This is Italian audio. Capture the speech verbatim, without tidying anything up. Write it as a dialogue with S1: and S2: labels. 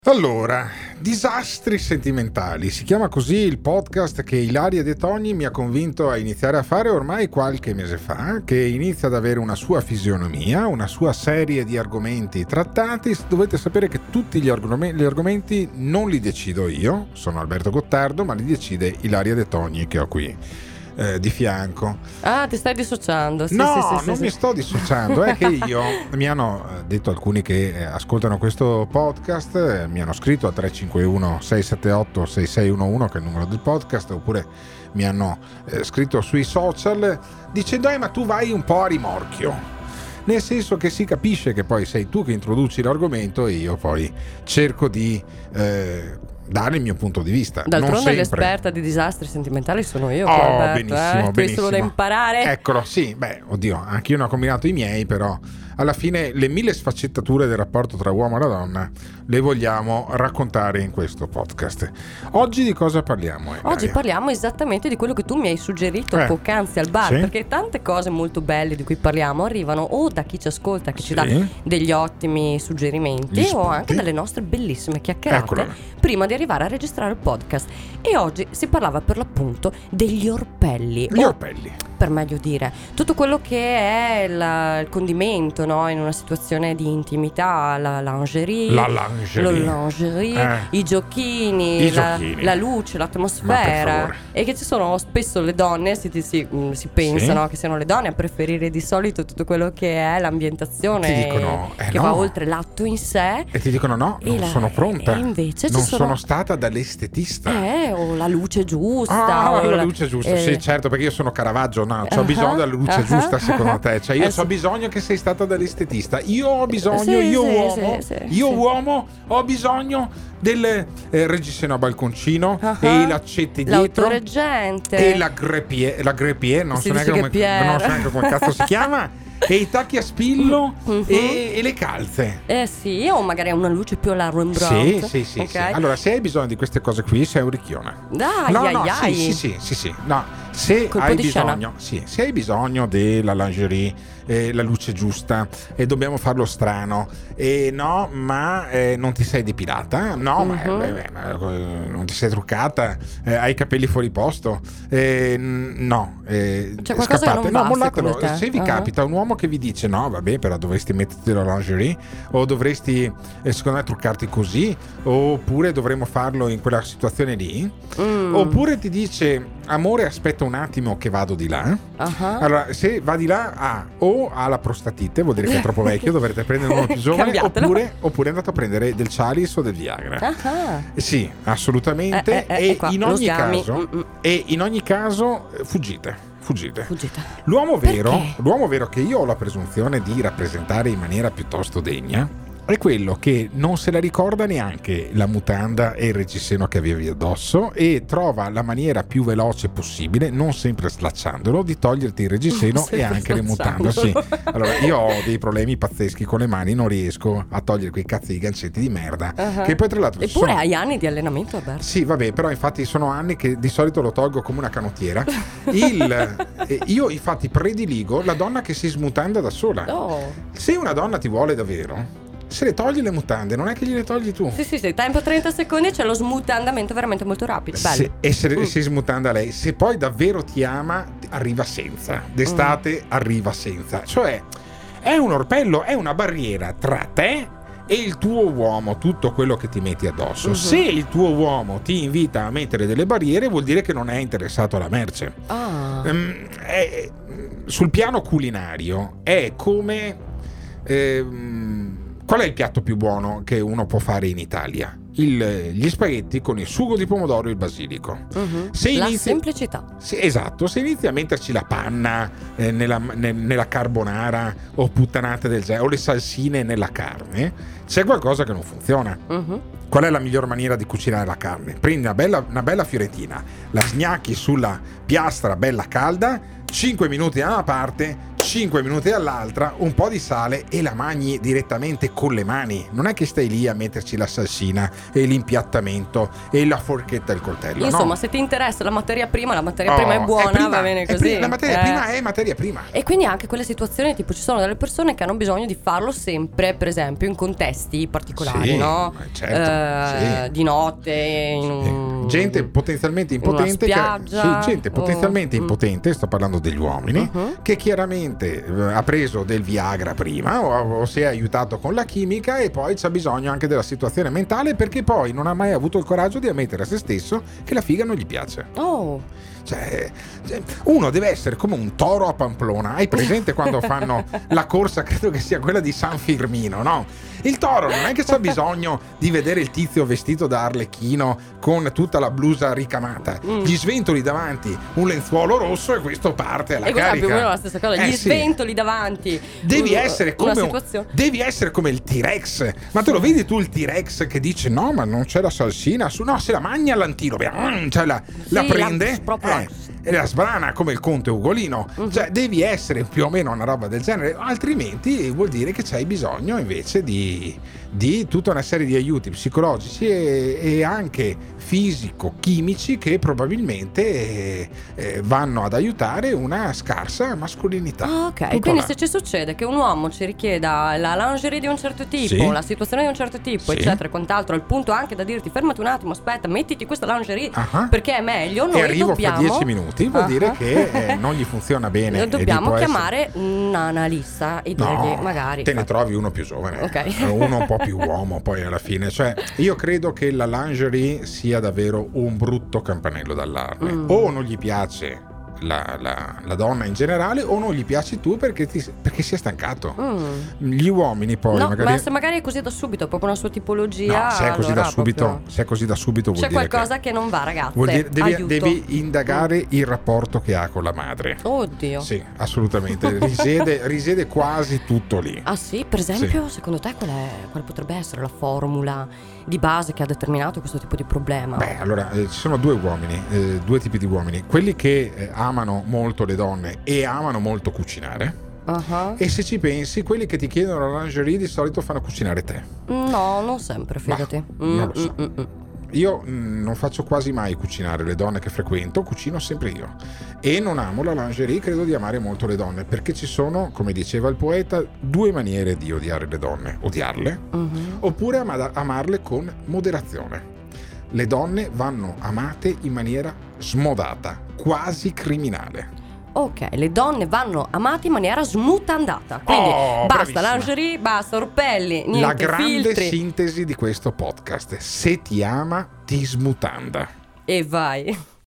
S1: Allora, Disastri Sentimentali, si chiama così il podcast che Ilaria De Togni mi ha convinto a iniziare a fare ormai qualche mese fa, che inizia ad avere una sua fisionomia, una sua serie di argomenti trattati. Dovete sapere che tutti gli, argom- gli argomenti non li decido io, sono Alberto Gottardo, ma li decide Ilaria De Togni che ho qui eh, di fianco.
S2: Ah, ti stai dissociando? Sì,
S1: no,
S2: sì, sì,
S1: non
S2: sì,
S1: mi
S2: sì.
S1: sto dissociando, è che io, mi hanno detto alcuni che ascoltano questo podcast, eh, mi hanno scritto a tre cinque uno sei sette otto sei sei uno uno, che è il numero del podcast, oppure mi hanno eh, scritto sui social dicendo eh, ma tu vai un po' a rimorchio, nel senso che si capisce che poi sei tu che introduci l'argomento e io poi cerco di eh, dare il mio punto di vista.
S2: D'altronde l'esperta di disastri sentimentali sono io.
S1: Oh,
S2: Alberto,
S1: benissimo,
S2: eh? Tu hai
S1: benissimo.
S2: solo da imparare.
S1: Eccolo, sì, beh, oddio, anche io ne ho combinato i miei, però alla fine le mille sfaccettature del rapporto tra uomo e la donna le vogliamo raccontare in questo podcast. Oggi di cosa parliamo? Elaria?
S2: Oggi parliamo esattamente di quello che tu mi hai suggerito
S1: eh,
S2: poc'anzi al bar,
S1: sì?
S2: perché tante cose molto belle di cui parliamo arrivano o da chi ci ascolta, che
S1: Sì.
S2: ci dà degli ottimi suggerimenti,
S1: Gli
S2: o
S1: spunti.
S2: anche dalle nostre bellissime chiacchierate
S1: Eccola.
S2: prima di arrivare a registrare il podcast. E oggi si parlava per l'appunto degli orpelli.
S1: Gli
S2: o,
S1: orpelli.
S2: per meglio dire, tutto quello che è la- il condimento, no? In una situazione di intimità, la lingerie,
S1: La lingerie.
S2: la lingerie,
S1: Eh.
S2: i giochini,
S1: I
S2: la,
S1: giochini.
S2: la luce,
S1: Ma
S2: l'atmosfera,
S1: per favore.
S2: e che ci sono spesso le donne, si, si, mm, si pensa,
S1: Sì.
S2: no? Che siano le donne a preferire di solito tutto quello che è l'ambientazione,
S1: Ti dicono, eh,
S2: che
S1: no.
S2: va oltre l'atto in sé.
S1: E ti dicono no,
S2: E
S1: non
S2: la-
S1: sono pronta,
S2: e invece ci
S1: non
S2: sono-
S1: sono stata dall'estetista.
S2: Eh, o la luce giusta.
S1: Ah,
S2: o
S1: la luce giusta,
S2: eh,
S1: sì, certo, perché io sono Caravaggio, no, ho
S2: uh-huh,
S1: bisogno della luce
S2: uh-huh,
S1: giusta, secondo
S2: uh-huh.
S1: te? Cioè, io
S2: Eh,
S1: ho
S2: sì.
S1: bisogno che sei stata dall'estetista. Io ho bisogno,
S2: Sì,
S1: io
S2: sì,
S1: uomo,
S2: sì, sì,
S1: io
S2: sì.
S1: uomo, ho bisogno del eh, reggiseno a balconcino
S2: Uh-huh.
S1: e i laccetti dietro.
S2: L'autoreggente.
S1: E la grepie, la grepie, non
S2: Si
S1: so
S2: dice
S1: neanche come,
S2: greppiere.
S1: non so neanche come cazzo si chiama. E i tacchi a spillo
S2: Mhm.
S1: e, e le calze.
S2: Eh sì, o magari una luce più alla Rembrandt.
S1: Sì, sì, sì,
S2: Ok?
S1: sì. Allora, se hai bisogno di queste cose qui, sei un ricchione.
S2: Dai,
S1: no,
S2: ai,
S1: no,
S2: ai.
S1: sì, sì, sì, sì, sì. No, se
S2: Colpo
S1: hai
S2: di scena.
S1: bisogno, sì, se hai bisogno della lingerie, eh, la luce giusta, e dobbiamo farlo strano, e no, ma eh, non ti sei depilata, no, ma,
S2: Mhm.
S1: eh, beh, ma, eh, non ti sei truccata, eh, hai i capelli fuori posto, eh, n- no, eh,
S2: C'è qualcosa
S1: scappate,
S2: che non
S1: no,
S2: va,
S1: mollatelo.
S2: secondo te?
S1: Se vi
S2: Ah.
S1: capita un uomo che vi dice no, vabbè, però dovresti metterti la lingerie, o dovresti, eh, secondo me, truccarti così, oppure dovremmo farlo in quella situazione lì,
S2: Mm.
S1: oppure ti dice amore, aspetta un attimo che vado di là.
S2: Ah.
S1: Allora, se va di là, ha o ha la prostatite, vuol dire che è troppo vecchio, dovrete prendere uno più giovane,
S2: Cambiatelo.
S1: oppure, oppure è andato a prendere del Cialis o del Viagra.
S2: Ah.
S1: Eh Sì, assolutamente.
S2: Eh, eh, eh,
S1: e,
S2: e qua,
S1: in
S2: lo
S1: ogni
S2: sgami.
S1: caso,
S2: Mm-mm.
S1: e in ogni caso, eh, fuggite, fuggite.
S2: Fuggita.
S1: L'uomo vero,
S2: Perché?
S1: l'uomo vero che io ho la presunzione di rappresentare in maniera piuttosto degna è quello che non se la ricorda neanche la mutanda e il reggiseno che avevi addosso e trova la maniera più veloce possibile, non sempre slacciandolo, di toglierti il reggiseno
S2: Non
S1: e
S2: sempre
S1: anche le mutande. Sì.
S2: slacciandolo.
S1: Allora, io ho dei problemi pazzeschi con le mani, non riesco a togliere quei cazzi di gancetti di merda
S2: Uh-huh.
S1: che poi tra l'altro
S2: Eppure
S1: sono...
S2: hai anni di allenamento, Alberto.
S1: Sì, vabbè, però infatti sono anni che di solito lo tolgo come una canottiera. Il, eh, io infatti prediligo la donna che si smutanda da sola.
S2: Oh.
S1: Se una donna ti vuole davvero, se le togli le mutande, non è che gliele togli tu.
S2: Sì, sì, sì, tempo trenta secondi e c'è lo smutandamento veramente molto rapido. Bello.
S1: Se, e se
S2: Mm.
S1: si smutanda lei, se poi davvero ti ama, arriva senza. D'estate
S2: Mm.
S1: arriva senza. Cioè, è un orpello, è una barriera tra te e il tuo uomo, tutto quello che ti metti addosso.
S2: Mhm.
S1: Se il tuo uomo ti invita a mettere delle barriere, vuol dire che non è interessato alla merce.
S2: Ah.
S1: Ehm, è- sul piano culinario è come ehm, qual è il piatto più buono che uno può fare in Italia? Il- gli spaghetti con il sugo di pomodoro e il basilico.
S2: Mhm.
S1: Se
S2: La
S1: inizi-
S2: semplicità.
S1: Sì, esatto, se inizi a metterci la panna eh, nella, ne- nella carbonara o puttanate del genere o le salsine nella carne, c'è qualcosa che non funziona.
S2: Mhm.
S1: Qual è la miglior maniera di cucinare la carne? Prendi una bella, una bella fiorentina, la sgnacchi sulla piastra bella calda, cinque minuti da una parte, cinque minuti all'altra un po' di sale e la mangi direttamente con le mani. Non è che stai lì a metterci la salsina e l'impiattamento e la forchetta e il coltello.
S2: Insomma,
S1: no?
S2: se ti interessa la materia prima, la materia
S1: Oh,
S2: prima è buona,
S1: è prima,
S2: va bene
S1: è
S2: così.
S1: prima, la materia
S2: eh.
S1: prima è materia prima.
S2: E quindi anche quelle situazioni, tipo ci sono delle persone che hanno bisogno di farlo sempre, per esempio in contesti particolari,
S1: Sì,
S2: no?
S1: certo,
S2: Eh,
S1: sì.
S2: Di notte, in un,
S1: gente potenzialmente
S2: in una
S1: impotente che,
S2: spiaggia,
S1: sì, gente potenzialmente
S2: o-
S1: impotente, sto parlando degli uomini,
S2: Uh-huh.
S1: che chiaramente eh, ha preso del Viagra prima o, o si è aiutato con la chimica e poi c'ha bisogno anche della situazione mentale, perché poi non ha mai avuto il coraggio di ammettere a se stesso che la figa non gli piace.
S2: Oh,
S1: Cioè, cioè, uno deve essere come un toro a Pamplona. Hai presente quando fanno la corsa, credo che sia quella di San Firmino, no? Il toro non è che c'ha bisogno di vedere il tizio vestito da arlecchino con tutta la blusa ricamata.
S2: Mm.
S1: Gli sventoli davanti un lenzuolo rosso e questo parte alla
S2: e questa è
S1: carica.
S2: più o meno la stessa cosa,
S1: Eh,
S2: gli
S1: sì.
S2: sventoli davanti.
S1: Devi
S2: Uh,
S1: essere,
S2: una
S1: come un,
S2: situazione.
S1: devi essere come il T-Rex. Ma te lo vedi tu il T-Rex che dice no, ma non c'è la salsina su, no, se la mangia l'antilope, mm, cioè la, la
S2: Sì,
S1: prende
S2: la- proprio
S1: eh, e la sbrana come il conte Ugolino.
S2: Uh-huh.
S1: Cioè devi essere più o meno una roba del genere, altrimenti vuol dire che c'hai bisogno invece di, di tutta una serie di aiuti psicologici e, e anche fisico-chimici che probabilmente eh, eh, vanno ad aiutare una scarsa mascolinità.
S2: Ah, ok,
S1: Tutto
S2: quindi
S1: là.
S2: se ci succede che un uomo ci richieda la lingerie di un certo tipo,
S1: Sì.
S2: la situazione di un certo tipo,
S1: Sì.
S2: eccetera e quant'altro, al punto anche da dirti fermati un attimo, aspetta, mettiti questa lingerie
S1: Ah.
S2: perché è meglio, noi
S1: e arrivo
S2: dobbiamo
S1: fra dieci minuti, vuol
S2: Ah.
S1: dire che eh, non gli funziona bene.
S2: Noi
S1: e
S2: dobbiamo
S1: può essere-
S2: chiamare un analista e dirgli
S1: No,
S2: magari
S1: te ne trovi uno più giovane,
S2: Ok.
S1: uno un po' più uomo poi alla fine. Cioè, io credo che la lingerie sia davvero un brutto campanello d'allarme.
S2: Mm.
S1: O non gli piace la, la, la donna in generale, o non gli piaci tu perché, ti, perché si è stancato.
S2: Mm.
S1: Gli uomini poi
S2: No,
S1: magari...
S2: ma se magari è così da subito, è proprio una sua tipologia.
S1: No, se è così
S2: allora
S1: da subito,
S2: proprio
S1: se è così da subito vuol
S2: c'è
S1: dire
S2: qualcosa
S1: che,
S2: che non va, ragazze.
S1: vuol dire devi,
S2: Aiuto.
S1: devi indagare il rapporto che ha con la madre.
S2: Oddio.
S1: Sì, assolutamente. Risiede, risiede quasi tutto lì.
S2: Ah sì, per esempio, secondo te qual è, quale potrebbe essere la formula di base che ha determinato questo tipo di problema?
S1: Beh, allora eh, ci sono due uomini, eh, due tipi di uomini. Quelli che eh, amano molto le donne e amano molto cucinare.
S2: Uh-huh.
S1: E se ci pensi, quelli che ti chiedono la lingerie di solito fanno cucinare te.
S2: No, non sempre, fidati.
S1: Ma, non lo so.
S2: Mm, mm, mm.
S1: Io mh, non faccio quasi mai cucinare le donne che frequento, cucino sempre io. E non amo la lingerie, credo di amare molto le donne, perché ci sono, come diceva il poeta, due maniere di odiare le donne. Odiarle,
S2: Mhm.
S1: oppure ama- amarle con moderazione. Le donne vanno amate in maniera smodata, quasi criminale.
S2: Ok, le donne vanno amate in maniera smutandata. Quindi
S1: Oh,
S2: basta
S1: bravissima.
S2: lingerie, basta orpelli, niente
S1: La grande
S2: filtri.
S1: sintesi di questo podcast: se ti ama, ti smutanda.
S2: E vai.